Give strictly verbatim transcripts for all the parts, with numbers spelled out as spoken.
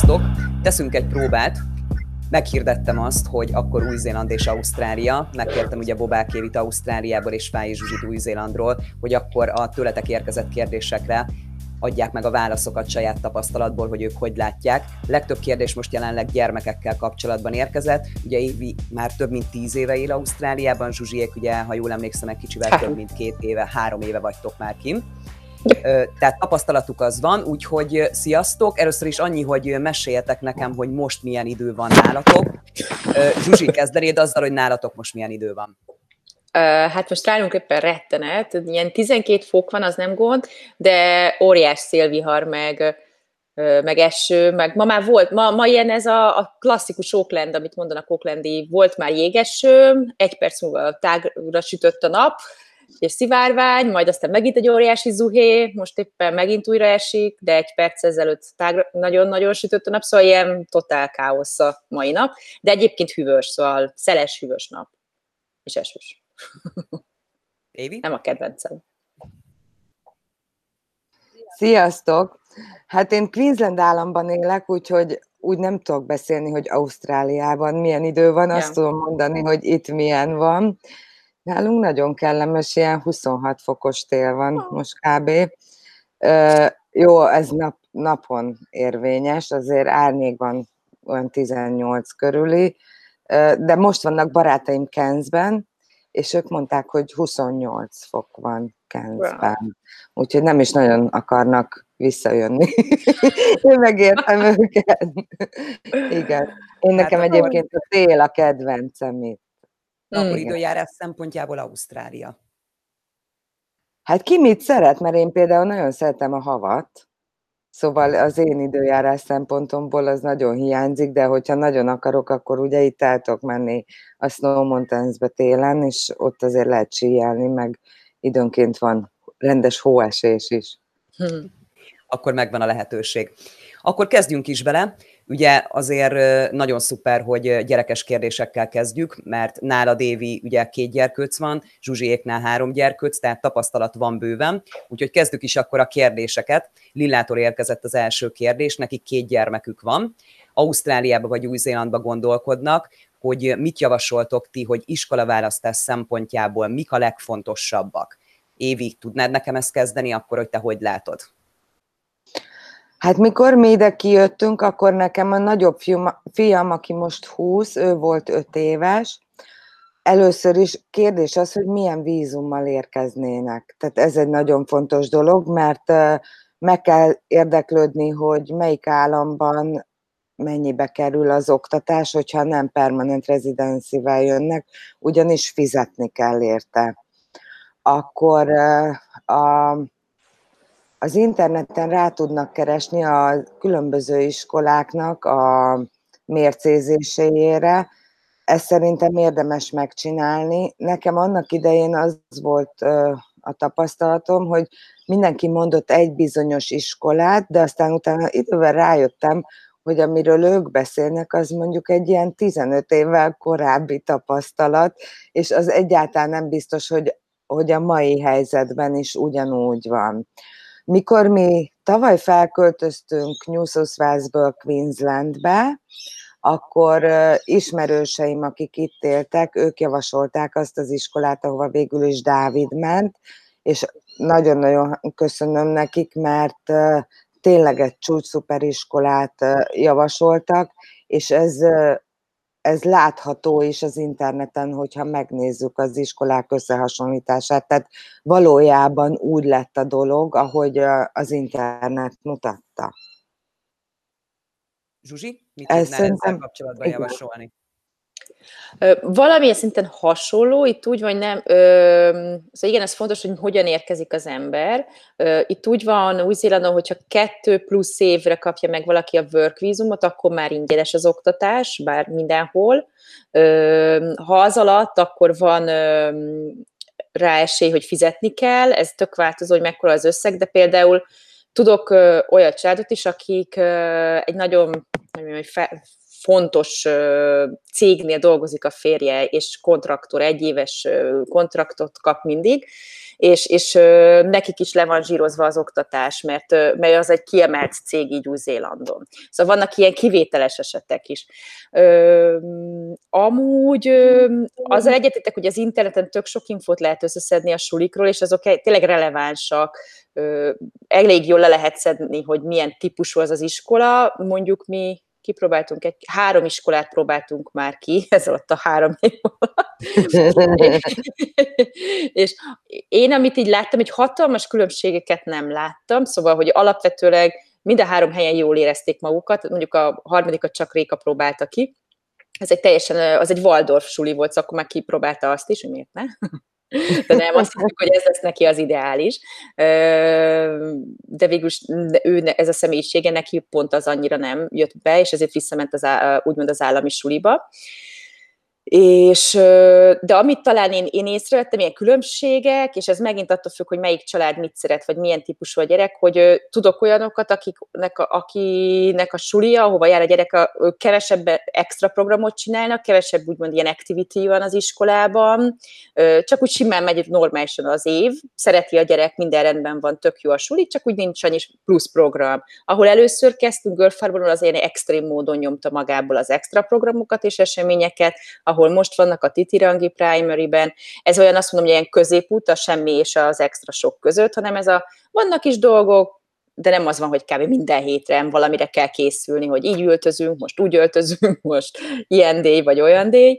Sziasztok! Teszünk egy próbát. Meghirdettem azt, hogy akkor Új-Zéland és Ausztrália. Megkértem ugye Bobák Évit Ausztráliából és Fáji Zsuzsit Új-Zélandról, hogy akkor a tőletek érkezett kérdésekre adják meg a válaszokat saját tapasztalatból, hogy ők hogy látják. Legtöbb kérdés most jelenleg gyermekekkel kapcsolatban érkezett. Ugye Évi már több mint tíz éve él Ausztráliában, Zsuzsiék ugye, ha jól emlékszem, egy kicsivel hát. több mint két éve, három éve vagytok már kint. Tehát tapasztalatuk az van, úgyhogy sziasztok! Először is annyi, hogy meséljetek nekem, hogy most milyen idő van nálatok. Zsuzsi, kezdenéd azzal, hogy nálatok most milyen idő van. Hát most nálunk éppen rettenet, ilyen tizenkét fok van, az nem gond, de óriás szélvihar, meg, meg eső, meg ma már volt, ma, ma ilyen ez a, a klasszikus Auckland, amit mondanak aucklandi, volt már jégeső, egy perc múlva tágra sütött a nap, és szivárvány, majd aztán megint egy óriási zuhé, most éppen megint újra esik, de egy perc ezelőtt tágra, nagyon-nagyon sütött a nap, szóval ilyen totál káosz a mai nap, de egyébként hűvös, szóval szeles hűvös nap, és esős. Évi? Nem a kedvencem. Sziasztok! Hát én Queensland államban élek, úgyhogy úgy nem tudok beszélni, hogy Ausztráliában milyen idő van, azt ja. tudom mondani, hogy itt milyen van. Nálunk nagyon kellemes, ilyen huszonhat fokos tél van most kb. Uh, jó, ez nap, napon érvényes, azért árnyékban olyan tizennyolc körüli, uh, de most vannak barátaim Cairnsben, és ők mondták, hogy huszonnyolc fok van Cairnsben. Wow. Úgyhogy nem is nagyon akarnak visszajönni. Én megértem őket. Igen. Én nekem hát egyébként a tél a kedvencem itt. Akkor időjárás szempontjából Ausztrália. Hát ki mit szeret, mert én például nagyon szeretem a havat, szóval az én időjárás szempontomból az nagyon hiányzik, de hogyha nagyon akarok, akkor ugye itt el tudok menni a Snow Mountains-be télen, és ott azért lehet síelni, meg időnként van rendes hóesés is. Hm. Akkor megvan a lehetőség. Akkor kezdjünk is bele. Ugye azért nagyon szuper, hogy gyerekes kérdésekkel kezdjük, mert nálad Évi ugye két gyerkőc van, Zsuzsiéknál három gyerkőc, tehát tapasztalat van bőven. Úgyhogy kezdjük is akkor a kérdéseket. Lillától érkezett az első kérdés, nekik két gyermekük van. Ausztráliába vagy Új-Zélandba gondolkodnak, hogy mit javasoltok ti, hogy iskolaválasztás szempontjából mik a legfontosabbak. Évi, tudnád nekem ezt kezdeni, akkor hogy te hogy látod? Hát mikor mi ide kijöttünk, akkor nekem a nagyobb fiam, fiam, aki most húsz, ő volt öt éves. Először is kérdés az, hogy milyen vízummal érkeznének. Tehát ez egy nagyon fontos dolog, mert meg kell érdeklődni, hogy melyik államban mennyibe kerül az oktatás, hogyha nem permanent rezidencivel jönnek, ugyanis fizetni kell érte. Akkor a Az interneten rá tudnak keresni a különböző iskoláknak a mércézéséjére. Ezt szerintem érdemes megcsinálni. Nekem annak idején az volt a tapasztalatom, hogy mindenki mondott egy bizonyos iskolát, de aztán utána idővel rájöttem, hogy amiről ők beszélnek, az mondjuk egy ilyen tizenöt évvel korábbi tapasztalat, és az egyáltalán nem biztos, hogy, hogy a mai helyzetben is ugyanúgy van. Mikor mi tavaly felköltöztünk New South Walesből Queenslandbe, akkor uh, ismerőseim, akik itt éltek, ők javasolták azt az iskolát, ahova végül is Dávid ment, és nagyon-nagyon köszönöm nekik, mert uh, tényleg egy csúcsszuper iskolát uh, javasoltak, és ez, uh, ez látható is az interneten, hogyha megnézzük az iskolák összehasonlítását. Tehát valójában úgy lett a dolog, ahogy az internet mutatta. Zsuzsi, mit tudnál szerintem ezzel kapcsolatban igen. javasolni? Valamilyen szinten hasonló, itt úgy van, nem, ö, szóval igen, ez fontos, hogy hogyan érkezik az ember. Ö, itt úgy van Új-Zélandon, hogyha kettő plusz évre kapja meg valaki a work vízumot, akkor már ingyenes az oktatás, bár mindenhol. Ö, ha az alatt, akkor van ö, rá esély, hogy fizetni kell, ez tök változó, hogy mekkora az összeg, de például tudok ö, olyan családot is, akik ö, egy nagyon, nem mondjam, hogy fe, fontos cégnél dolgozik a férje, és kontraktor, egyéves kontraktot kap mindig, és, és nekik is le van zsírozva az oktatás, mert, mert az egy kiemelt cég így Új-Zélandon. Szóval vannak ilyen kivételes esetek is. Amúgy azzal egyetétek, hogy az interneten tök sok infót lehet összeszedni a sulikról, és azok tényleg relevánsak, elég jól le lehet szedni, hogy milyen típusú az az iskola. Mondjuk mi kipróbáltunk, egy, három iskolát próbáltunk már ki, ez alatt a három év alatt. És én, amit így láttam, hogy hatalmas különbségeket nem láttam, szóval, hogy alapvetőleg mind a három helyen jól érezték magukat, mondjuk a harmadikat csak Réka próbálta ki. Ez egy teljesen, az egy Waldorf suli volt, szóval akkor már kipróbálta azt is, hogy miért ne? De nem, azt hiszük, hogy ez lesz neki az ideális. De végül ő, ez a személyisége neki pont az annyira nem jött be, és ezért visszament az, úgymond az állami suliba. És, de amit talán én, én észrevettem, ilyen különbségek, és ez megint attól függ, hogy melyik család mit szeret, vagy milyen típusú a gyerek, hogy tudok olyanokat, akiknek a, akinek a sulia, ahova jár a gyerek, a, ők kevesebb extra programot csinálnak, kevesebb úgymond ilyen activity van az iskolában, csak úgy simán megy normálisan az év, szereti a gyerek, minden rendben van, tök jó a suli, csak úgy nincs annyi plusz program. Ahol először kezdtünk, Görfarbonon az ilyen extrém módon nyomta magából az extra programokat és eseményeket, ahol most vannak a Titirangi Primary-ben. Ez olyan, azt mondom, hogy ilyen középút, a semmi és az extra sok között, hanem ez a, vannak is dolgok, de nem az van, hogy kb. Minden hétre valamire kell készülni, hogy így öltözünk, most úgy öltözünk, most ilyen díj vagy olyan díj.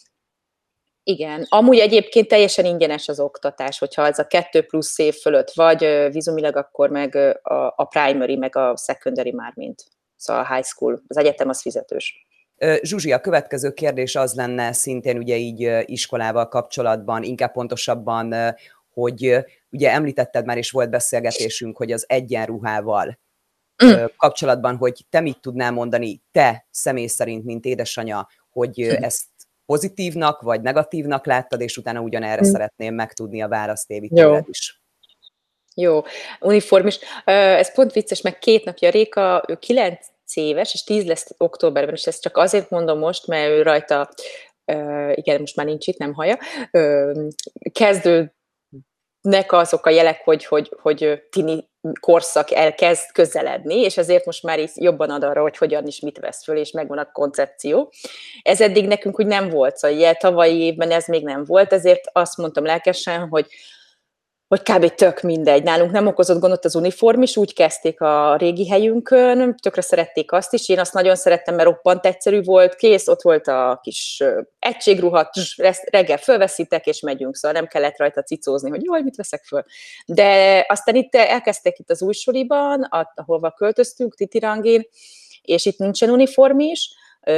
Igen, amúgy egyébként teljesen ingyenes az oktatás, hogyha ez a kettő plusz év fölött vagy vízumilag, akkor meg a, a primary, meg a secondary már mint. Szóval a high school, az egyetem az fizetős. Zsuzsi, a következő kérdés az lenne szintén ugye így iskolával kapcsolatban, inkább pontosabban, hogy ugye említetted már, és volt beszélgetésünk, hogy az egyenruhával mm. kapcsolatban, hogy te mit tudnál mondani, te személy szerint, mint édesanya, hogy ezt pozitívnak vagy negatívnak láttad, és utána ugyanerre mm. szeretném megtudni a választ Évi tőled is. Jó, uniform is. Ez pont vicces, meg két napja Réka, ő kilenc éves, és tíz lesz októberben, és ezt csak azért mondom most, mert ő rajta, uh, igen, most már nincs itt, nem hallja, uh, kezdődnek azok a jelek, hogy, hogy, hogy tini korszak elkezd közeledni, és ezért most már is jobban ad arra, hogy hogyan is mit vesz föl, és megvan a koncepció. Ez eddig nekünk úgy nem volt, szóval ilyen tavalyi évben ez még nem volt, ezért azt mondtam lelkesen, hogy hogy kb. Tök mindegy. Nálunk nem okozott gondot az uniform is, úgy kezdték a régi helyünkön, tökre szerették azt is, én azt nagyon szerettem, mert roppant egyszerű volt, kész, ott volt a kis egységruha, reggel fölveszitek, és megyünk, szóval nem kellett rajta cicózni, hogy jaj, mit veszek föl. De aztán itt elkezdtek itt az új suliban, ahova költöztünk, Titirangin, és itt nincsen uniform is,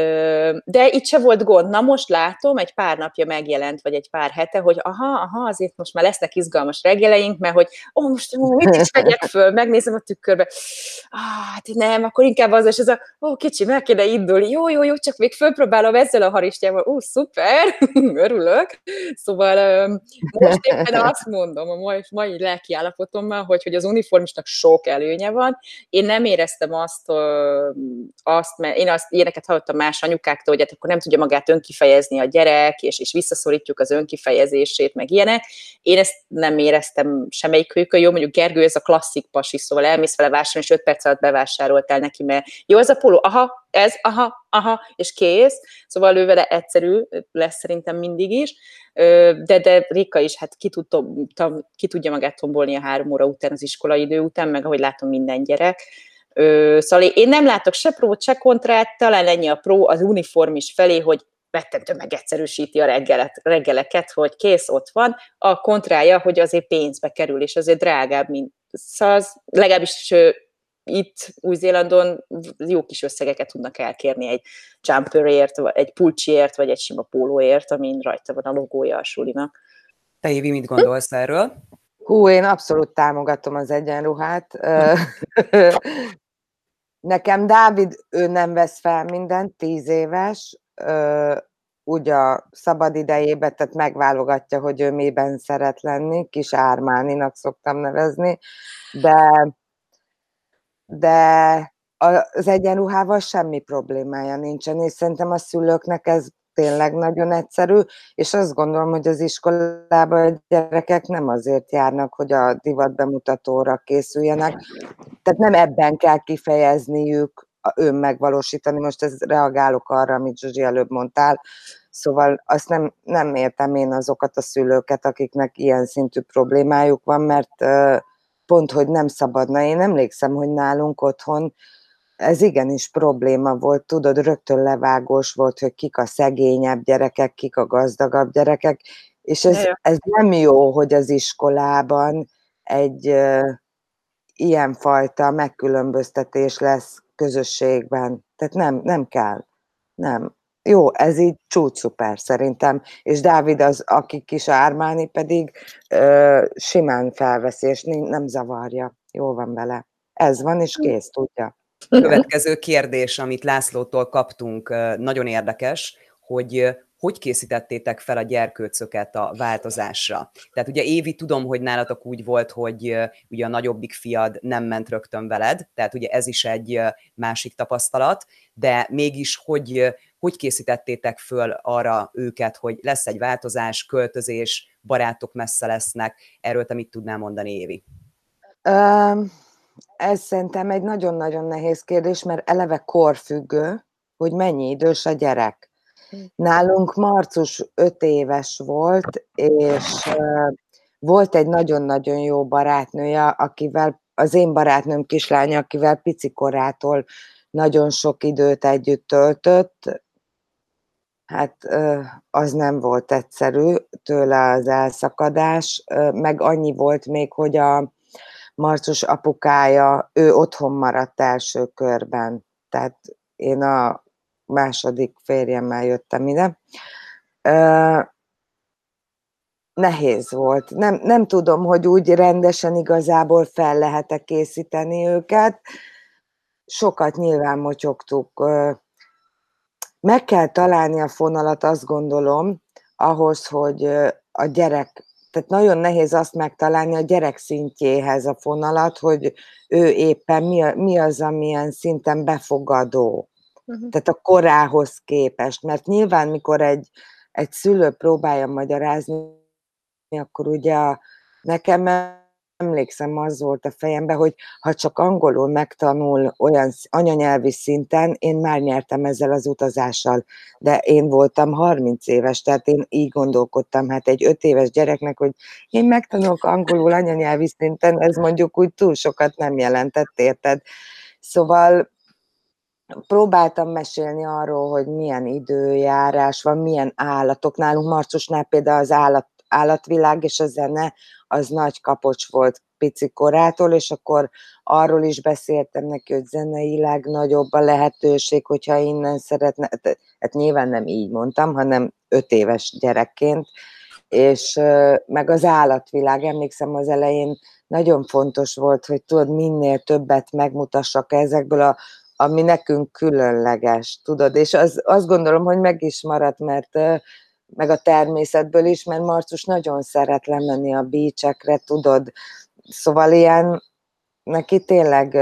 de itt se volt gond. Na most látom, egy pár napja megjelent, vagy egy pár hete, hogy aha, aha, azért most már lesznek izgalmas reggeleink, mert hogy ó, oh, most ó, mit is vegyek föl, megnézem a tükörbe, ah, hát nem, akkor inkább az, és ez a, ó, oh, kicsi, meg kéne indulni, jó, jó, jó, csak még fölpróbálom ezzel a harisnyával, ó, oh, szuper, örülök. Szóval most éppen azt mondom a mai, mai lelki állapotommal, hogy, hogy az uniformisnak sok előnye van. Én nem éreztem azt, azt mert én azt ilyeneket hallottam más anyukáktól, hogy hát akkor nem tudja magát önkifejezni a gyerek, és, és visszaszorítjuk az önkifejezését, meg ilyenek. Én ezt nem éreztem semmelyikőjükön. Jó, mondjuk Gergő, ez a klasszik pasi, szóval elmész vele vásárolni, és öt perc alatt bevásároltál neki, mert jó, ez a póló, aha, ez, aha, aha, és kész. Szóval ő vele egyszerű lesz szerintem mindig is. De, de Réka is, hát ki, tud, ki tudja magát tombolni a három óra után, az iskolai idő után, meg ahogy látom minden gyerek. Ö, szóval én nem látok se prót, se kontrát, talán ennyi a pró az uniform is felé, hogy rettentő megegyszerűsíti a reggelet, reggeleket, hogy kész, ott van. A kontrája, hogy azért pénzbe kerül, és azért drágább, mint szaz. Legalábbis ö, itt Új-Zélandon jó kis összegeket tudnak elkérni egy jumperért, egy pulcsiért, vagy egy sima pólóért, amin rajta van a logója a sulinak. Te, Évi, mit gondolsz erről? Hú, én abszolút támogatom az egyenruhát. Nekem Dávid, ő nem vesz fel mindent, tíz éves, úgy a szabad idejében, tehát megválogatja, hogy ő miben szeret lenni, kis Ármáninak szoktam nevezni, de, de az egyenruhával semmi problémája nincsen, és szerintem a szülőknek ez tényleg nagyon egyszerű, és azt gondolom, hogy az iskolába a gyerekek nem azért járnak, hogy a divatbemutatóra készüljenek, tehát nem ebben kell kifejezniük, önmegvalósítani. Most ez reagálok arra, amit Zsuzsi előbb mondtál, szóval azt nem, nem értem én azokat a szülőket, akiknek ilyen szintű problémájuk van, mert pont, hogy nem szabadna. Én emlékszem, hogy nálunk otthon ez igenis probléma volt, tudod, rögtön levágós volt, hogy kik a szegényebb gyerekek, kik a gazdagabb gyerekek, és ez, ez nem jó, hogy az iskolában egy uh, ilyenfajta megkülönböztetés lesz közösségben. Tehát nem, nem kell. Nem. Jó, ez így csúcsszuper szerintem, és Dávid az, aki kis Ármáni pedig ö, simán felveszi, és nem zavarja. Jól van vele. Ez van, és kész, tudja. Következő kérdés, amit Lászlótól kaptunk, nagyon érdekes, hogy hogy készítettétek fel a gyerkőcöket a változásra? Tehát ugye Évi, tudom, hogy nálatok úgy volt, hogy ugye a nagyobbik fiad nem ment rögtön veled, tehát ugye ez is egy másik tapasztalat, de mégis hogy, hogy készítettétek föl arra őket, hogy lesz egy változás, költözés, barátok messze lesznek? Erről te mit tudnál mondani, Évi? Um... Ez szerintem egy nagyon-nagyon nehéz kérdés, mert eleve korfüggő, hogy mennyi idős a gyerek. Nálunk Marcus öt éves volt, és uh, volt egy nagyon-nagyon jó barátnője, akivel, az én barátnőm kislánya, akivel picikorától nagyon sok időt együtt töltött. Hát uh, az nem volt egyszerű tőle az elszakadás, uh, meg annyi volt még, hogy a Marcus apukája, ő otthon maradt első körben, tehát én a második férjemmel jöttem ide. Uh, nehéz volt. Nem, nem tudom, hogy úgy rendesen igazából fel lehet-e készíteni őket. Sokat nyilván motyogtuk. Uh, meg kell találni a fonalat, azt gondolom, ahhoz, hogy uh, a gyerek, tehát nagyon nehéz azt megtalálni a gyerek szintjéhez a fonalat, hogy ő éppen mi, mi az, amilyen szinten befogadó. Uh-huh. Tehát a korához képest. Mert nyilván, mikor egy, egy szülő próbálja magyarázni, akkor ugye a, nekem emlékszem, az volt a fejemben, hogy ha csak angolul megtanul olyan anyanyelvi szinten, én már nyertem ezzel az utazással. De én voltam harminc éves, tehát én így gondolkodtam, hát egy öt éves gyereknek, hogy én megtanulok angolul anyanyelvi szinten, ez mondjuk úgy túl sokat nem jelentett, érted? Szóval próbáltam mesélni arról, hogy milyen időjárás van, milyen állatok. Nálunk Marcusnál például az állat, állatvilág és a zene az nagy kapocs volt picikorától, és akkor arról is beszéltem neki, hogy zeneileg nagyobb a lehetőség, hogyha innen szeretne, hát nyilván nem így mondtam, hanem öt éves gyerekként, és meg az állatvilág, emlékszem az elején nagyon fontos volt, hogy tudod, minél többet megmutassak ezekből a ami nekünk különleges, tudod, és az, azt gondolom, hogy meg is maradt, mert meg a természetből is, mert Marcus nagyon szeret lemenni a beachekre, tudod, szóval ilyen, neki tényleg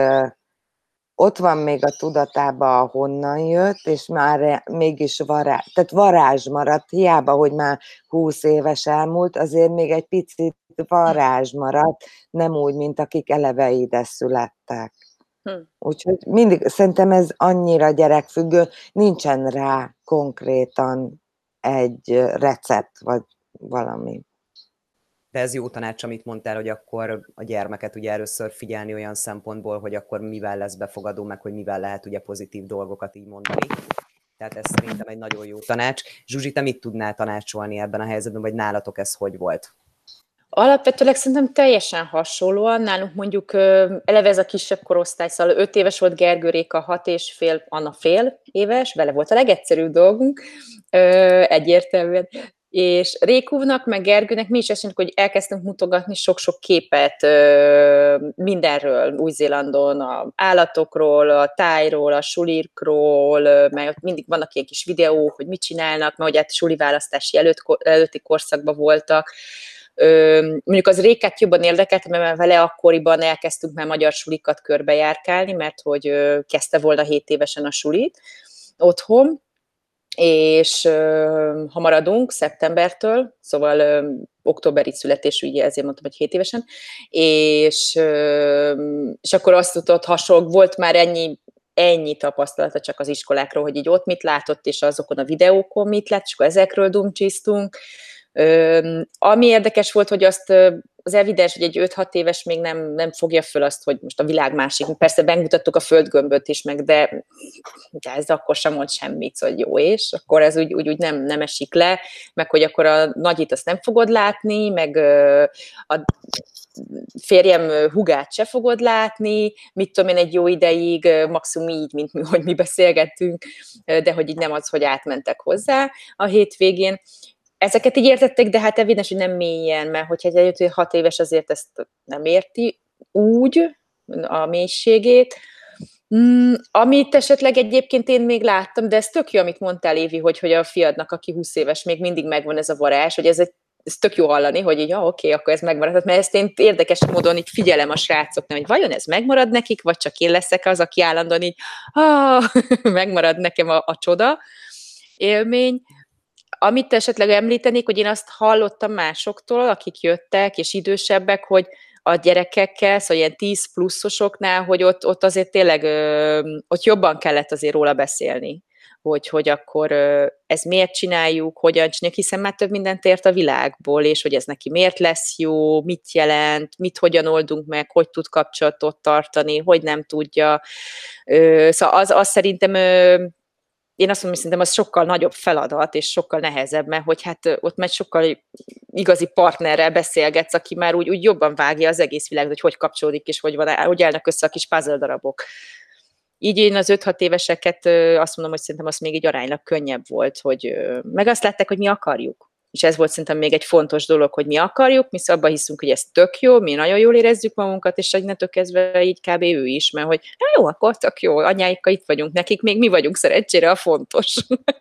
ott van még a tudatában, ahonnan jött, és már mégis varázs, tehát varázs maradt, hiába, hogy már húsz éves elmúlt, azért még egy picit varázs maradt, nem úgy, mint akik eleve ide születtek. Hm. Úgyhogy mindig, szerintem ez annyira gyerekfüggő, nincsen rá konkrétan egy recept, vagy valami. De ez jó tanács, amit mondtál, hogy akkor a gyermeket ugye először figyelni olyan szempontból, hogy akkor mivel lesz befogadó, meg hogy mivel lehet ugye pozitív dolgokat így mondani. Tehát ez szerintem egy nagyon jó tanács. Zsuzsi, te mit tudnál tanácsolni ebben a helyzetben, vagy nálatok ez hogy volt? Alapvetőleg szerintem teljesen hasonlóan. Nálunk mondjuk eleve ez a kisebb korosztály, szóval öt éves volt Gergő, Réka hat és fél, Anna fél éves, vele volt a legegyszerűbb dolgunk, egyértelműen. És Rékúvnak, meg Gergőnek mi is ezt mondjuk, hogy elkezdtünk mutogatni sok-sok képet mindenről, Új-Zélandon, a állatokról, a tájról, a sulirkról, mert ott mindig vannak ilyen kis videók, hogy mit csinálnak, mert ugye hát suli választási előtt, előtti korszakban voltak, Mondjuk az Réket jobban érdekelt, mert vele akkoriban elkezdtünk már magyar sulikat körbejárkálni, mert hogy kezdte volna hét évesen a sulit otthon, és ha maradunk szeptembertől, szóval ö, októberi születésű, ugye ezért mondtam, hogy hét évesen, és, ö, és akkor azt tudott, hasonló, volt már ennyi, ennyi tapasztalata csak az iskolákról, hogy így ott mit látott, és azokon a videókon mit lát, és akkor ezekről dumcsisztunk. Ö, ami érdekes volt, hogy azt az evidens, hogy egy öt-hat éves még nem, nem fogja föl azt, hogy most a világ másik. Persze megmutattuk a földgömböt is meg, de, de ez akkor sem mond semmit, hogy jó, és akkor ez úgy, úgy, úgy nem, nem esik le, meg hogy akkor a nagyit azt nem fogod látni, meg a férjem hugát se fogod látni, mit tudom én, egy jó ideig, maximum így, mint mi, hogy mi beszélgettünk, de hogy így nem az, hogy átmentek hozzá a hétvégén. Ezeket így értettek, de hát evidens, hogy nem mélyen, mert hogyha egy hat éves azért ezt nem érti úgy a mélységét. Mm, amit esetleg egyébként én még láttam, de ez tök jó, amit mondtál, Évi, hogy, hogy a fiadnak, aki húsz éves, még mindig megvan ez a varázs, hogy ez, egy, ez tök jó hallani, hogy így, ah, oké, akkor ez megmaradhat, mert ezt én érdekes módon így figyelem a srácoknak, hogy vajon ez megmarad nekik, vagy csak én leszek az, aki állandóan így, ah, megmarad nekem a, a csoda élmény. Amit esetleg említenék, hogy én azt hallottam másoktól, akik jöttek, és idősebbek, hogy a gyerekekkel, szóval ilyen tíz pluszosoknál, hogy ott, ott azért tényleg, ott jobban kellett azért róla beszélni, hogy, hogy akkor ez miért csináljuk, hogyan csináljuk, hiszen már több mindent ért a világból, és hogy ez neki miért lesz jó, mit jelent, mit hogyan oldunk meg, hogy tud kapcsolatot tartani, hogy nem tudja. Szóval az, az szerintem én azt mondom, hogy szerintem az sokkal nagyobb feladat, és sokkal nehezebb, mert hogy hát ott már sokkal igazi partnerrel beszélgetsz, aki már úgy, úgy jobban vágja az egész világot, hogy hogy kapcsolódik, és hogy, van, hogy állnak össze a kis puzzle darabok. Így én az öt-hat éveseket azt mondom, hogy szerintem az még így aránylag könnyebb volt, hogy meg azt látták, hogy mi akarjuk. És ez volt szerintem még egy fontos dolog, hogy mi akarjuk, mi abban hiszünk, hogy ez tök jó, mi nagyon jól érezzük magunkat, és innentől kezdve így kb. Ő is, mert hogy na jó, akkor tök jó, anyáikkal itt vagyunk, nekik még mi vagyunk szerencsére a fontos.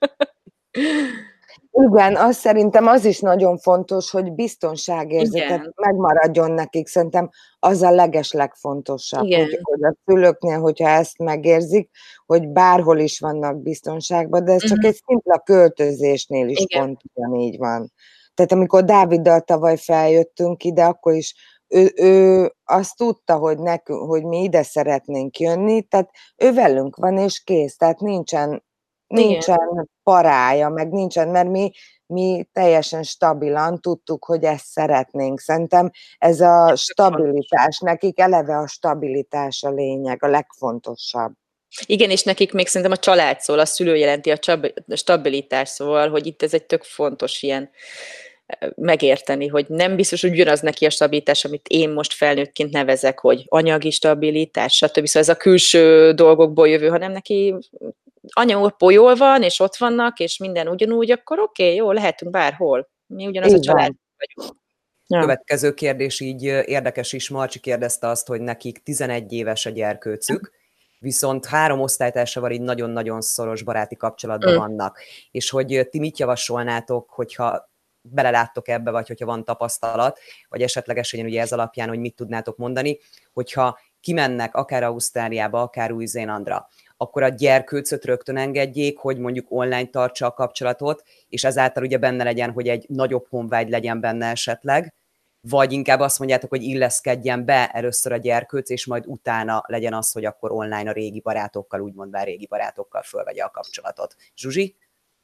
Igen, azt szerintem az is nagyon fontos, hogy biztonságérzetet Igen. megmaradjon nekik. Szerintem az a legeslegfontosabb, Igen. hogy, hogy a szülőknél, hogyha ezt megérzik, hogy bárhol is vannak biztonságban, de ez csak Mhm. egy szimpla költözésnél is Igen. pont ugyanígy van. Tehát amikor Dáviddal tavaly feljöttünk ide, akkor is ő, ő azt tudta, hogy, nekünk, hogy mi ide szeretnénk jönni, tehát ő velünk van és kész, tehát nincsen nincsen Igen. parája, meg nincsen, mert mi, mi teljesen stabilan tudtuk, hogy ezt szeretnénk. Szerintem ez a stabilitás, nekik eleve a stabilitás a lényeg, a legfontosabb. Igen, és nekik még szerintem a család szól, a szülő jelenti a stabilitás, szóval, hogy itt ez egy tök fontos ilyen megérteni, hogy nem biztos, hogy ugyanaz neki a stabilitás, amit én most felnőttként nevezek, hogy anyagi stabilitás, stb. Szóval ez a külső dolgokból jövő, hanem neki anyagból jól van, és ott vannak, és minden ugyanúgy, akkor oké, okay, jó, lehetünk bárhol. Mi ugyanaz Így a család van. vagyunk. Ja. Következő kérdés így érdekes is, Marcsi kérdezte azt, hogy nekik tizenegy éves a gyerkőcük, viszont három osztálytársával így nagyon-nagyon szoros baráti kapcsolatban mm. vannak. És hogy ti mit javasolnátok, hogyha beleláttok ebbe, vagy hogyha van tapasztalat, vagy esetlegesen ugye ez alapján, hogy mit tudnátok mondani, hogyha kimennek akár Ausztráliába, akár Új-Zélandra, akkor a gyerkőcöt rögtön engedjék, hogy mondjuk online tartsa a kapcsolatot, és ezáltal ugye benne legyen, hogy egy nagyobb honvágy legyen benne esetleg, vagy inkább azt mondjátok, hogy illeszkedjen be először a gyerkőc, és majd utána legyen az, hogy akkor online a régi barátokkal, úgymond bár régi barátokkal fölvegye a kapcsolatot. Zsuzsi?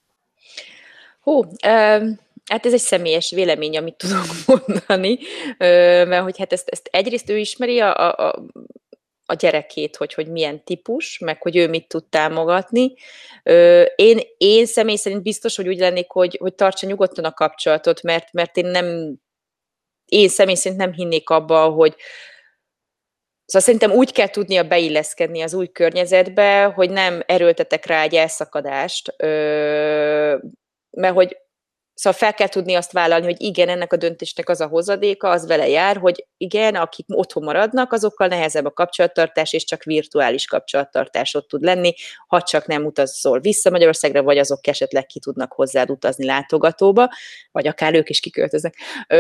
Hú, um... Hát ez egy személyes vélemény, amit tudok mondani, mert hogy hát ezt, ezt egyrészt ő ismeri a, a, a gyerekét, hogy, hogy milyen típus, meg hogy ő mit tud támogatni. Én, én személy szerint biztos, hogy úgy lennék, hogy, hogy tartsa nyugodtan a kapcsolatot, mert, mert én nem, én személy szerint nem hinnék abba, hogy szóval szerintem úgy kell tudnia beilleszkedni az új környezetbe, hogy nem erőltetek rá egy elszakadást, mert hogy Szóval fel kell tudni azt vállalni, hogy igen, ennek a döntésnek az a hozadéka, az vele jár, hogy igen, akik otthon maradnak, azokkal nehezebb a kapcsolattartás, és csak virtuális kapcsolattartás ott tud lenni, ha csak nem utazol vissza Magyarországra, vagy azok esetleg ki tudnak hozzád utazni látogatóba, vagy akár ők is kiköltöznek.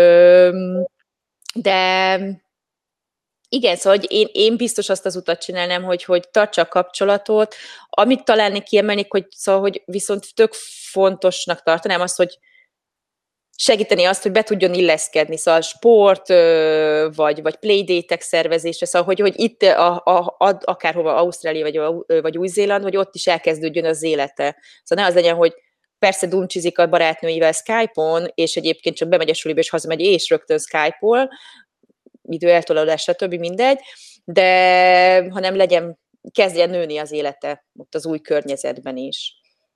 De igen, szóval hogy én, én biztos azt az utat csinálnám, hogy, hogy tartsa a kapcsolatot. Amit talán kiemelnék, hogy, szóval, hogy viszont tök fontosnak tartanám azt, hogy segíteni azt, hogy be tudjon illeszkedni, szóval sport, vagy, vagy playdate-ek szervezése, szóval hogy, hogy itt a, a, a, akárhova, Ausztrália vagy, vagy Új-Zéland, hogy ott is elkezdődjön az élete. Szóval ne az legyen, hogy persze dumcsizik a barátnőivel Skype-on, és egyébként csak bemegy a suliba, és hazamegy, és rögtön Skype-ol, időeltolódás, stb. Mindegy, de hanem legyen, kezdjen nőni az élete ott az új környezetben is.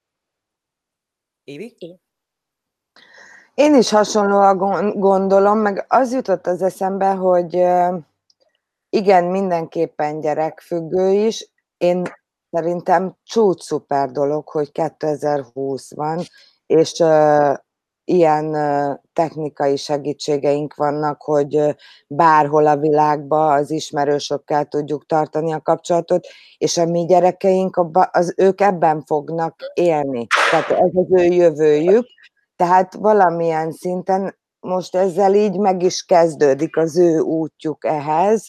Évi? Én. Én is hasonlóan gondolom, meg az jutott az eszembe, hogy igen, mindenképpen gyerekfüggő is. Én szerintem csúcs szuper dolog, hogy kétezer-húsz van, és uh, ilyen uh, technikai segítségeink vannak, hogy uh, bárhol a világban az ismerősökkel tudjuk tartani a kapcsolatot, és a mi gyerekeink, az, ők ebben fognak élni. Tehát ez az ő jövőjük. Tehát valamilyen szinten most ezzel így meg is kezdődik az ő útjuk ehhez.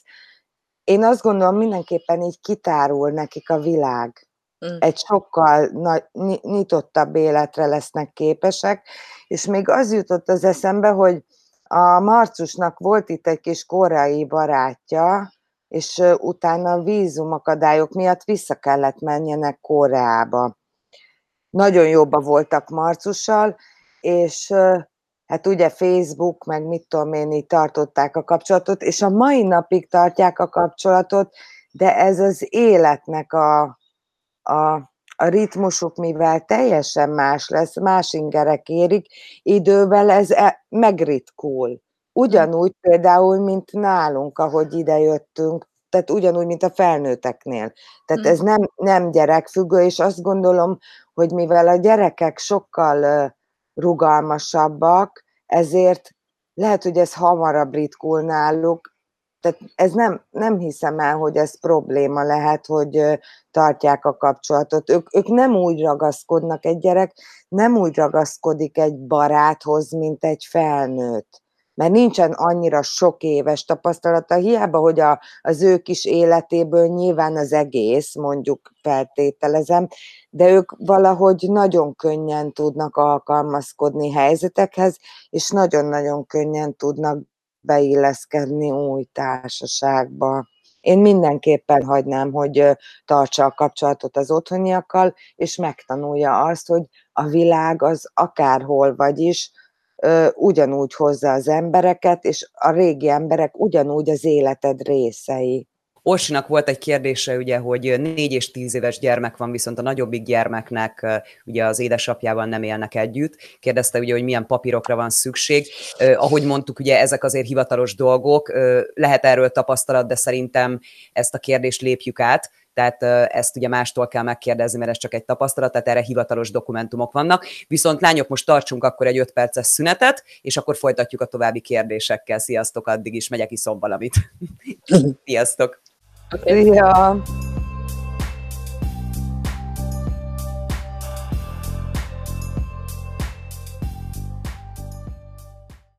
Én azt gondolom, mindenképpen így kitárul nekik a világ. Mm. Egy sokkal nagy, nyitottabb életre lesznek képesek, és még az jutott az eszembe, hogy a Marcusnak volt itt egy kis koreai barátja, és utána a vízumakadályok miatt vissza kellett menjenek Koreába. Nagyon jóba voltak Marcussal, és hát ugye Facebook, meg mit tudom én, így tartották a kapcsolatot, és a mai napig tartják a kapcsolatot, de ez az életnek a, a, a ritmusuk, mivel teljesen más lesz, más ingerek érik, idővel ez megritkul. Ugyanúgy például, mint nálunk, ahogy ide jöttünk, tehát ugyanúgy, mint a felnőtteknél. Tehát ez nem, nem gyerekfüggő, és azt gondolom, hogy mivel a gyerekek sokkal rugalmasabbak, ezért lehet, hogy ez hamarabb ritkul náluk. Tehát ez nem, nem hiszem el, hogy ez probléma lehet, hogy tartják a kapcsolatot. Ők, ők nem úgy ragaszkodnak, egy gyerek nem úgy ragaszkodik egy baráthoz, mint egy felnőtt. Mert nincsen annyira sok éves tapasztalata, hiába, hogy a, az ő kis életéből nyilván az egész, mondjuk feltételezem, de ők valahogy nagyon könnyen tudnak alkalmazkodni helyzetekhez, és nagyon-nagyon könnyen tudnak beilleszkedni új társaságba. Én mindenképpen hagynám, hogy tartsa a kapcsolatot az otthoniakkal, és megtanulja azt, hogy a világ az akárhol vagy is, ugyanúgy hozza az embereket, és a régi emberek ugyanúgy az életed részei. Orsinak volt egy kérdése, ugye, hogy négy és tíz éves gyermek van, viszont a nagyobbik gyermeknek ugye az édesapjával nem élnek együtt. Kérdezte ugye, hogy milyen papírokra van szükség. Eh, ahogy mondtuk, ugye ezek azért hivatalos dolgok, eh, lehet erről tapasztalat, de szerintem ezt a kérdést lépjük át. Tehát ezt ugye mástól kell megkérdezni, mert ez csak egy tapasztalat, tehát erre hivatalos dokumentumok vannak. Viszont lányok, most tartsunk akkor egy öt perces szünetet, és akkor folytatjuk a további kérdésekkel. Sziasztok, addig is megyek, iszom valamit. Sziasztok! Ja.